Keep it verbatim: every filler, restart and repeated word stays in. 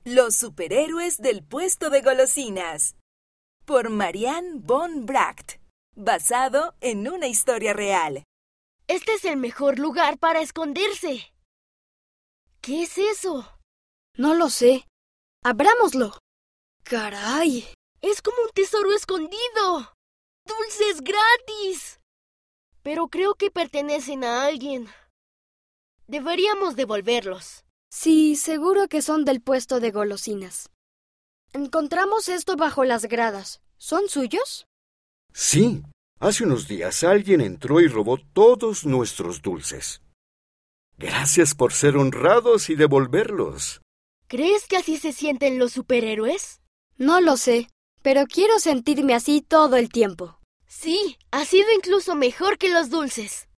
Los superhéroes del puesto de golosinas, por Marianne von Bracht, basado en una historia real. Este es el mejor lugar para esconderse. ¿Qué es eso? No lo sé. Abrámoslo. ¡Caray! Es como un tesoro escondido. ¡Dulces gratis! Pero creo que pertenecen a alguien. Deberíamos devolverlos. Sí, seguro que son del puesto de golosinas. Encontramos esto bajo las gradas. ¿Son suyos? Sí. Hace unos días alguien entró y robó todos nuestros dulces. Gracias por ser honrados y devolverlos. ¿Crees que así se sienten los superhéroes? No lo sé, pero quiero sentirme así todo el tiempo. Sí, ha sido incluso mejor que los dulces.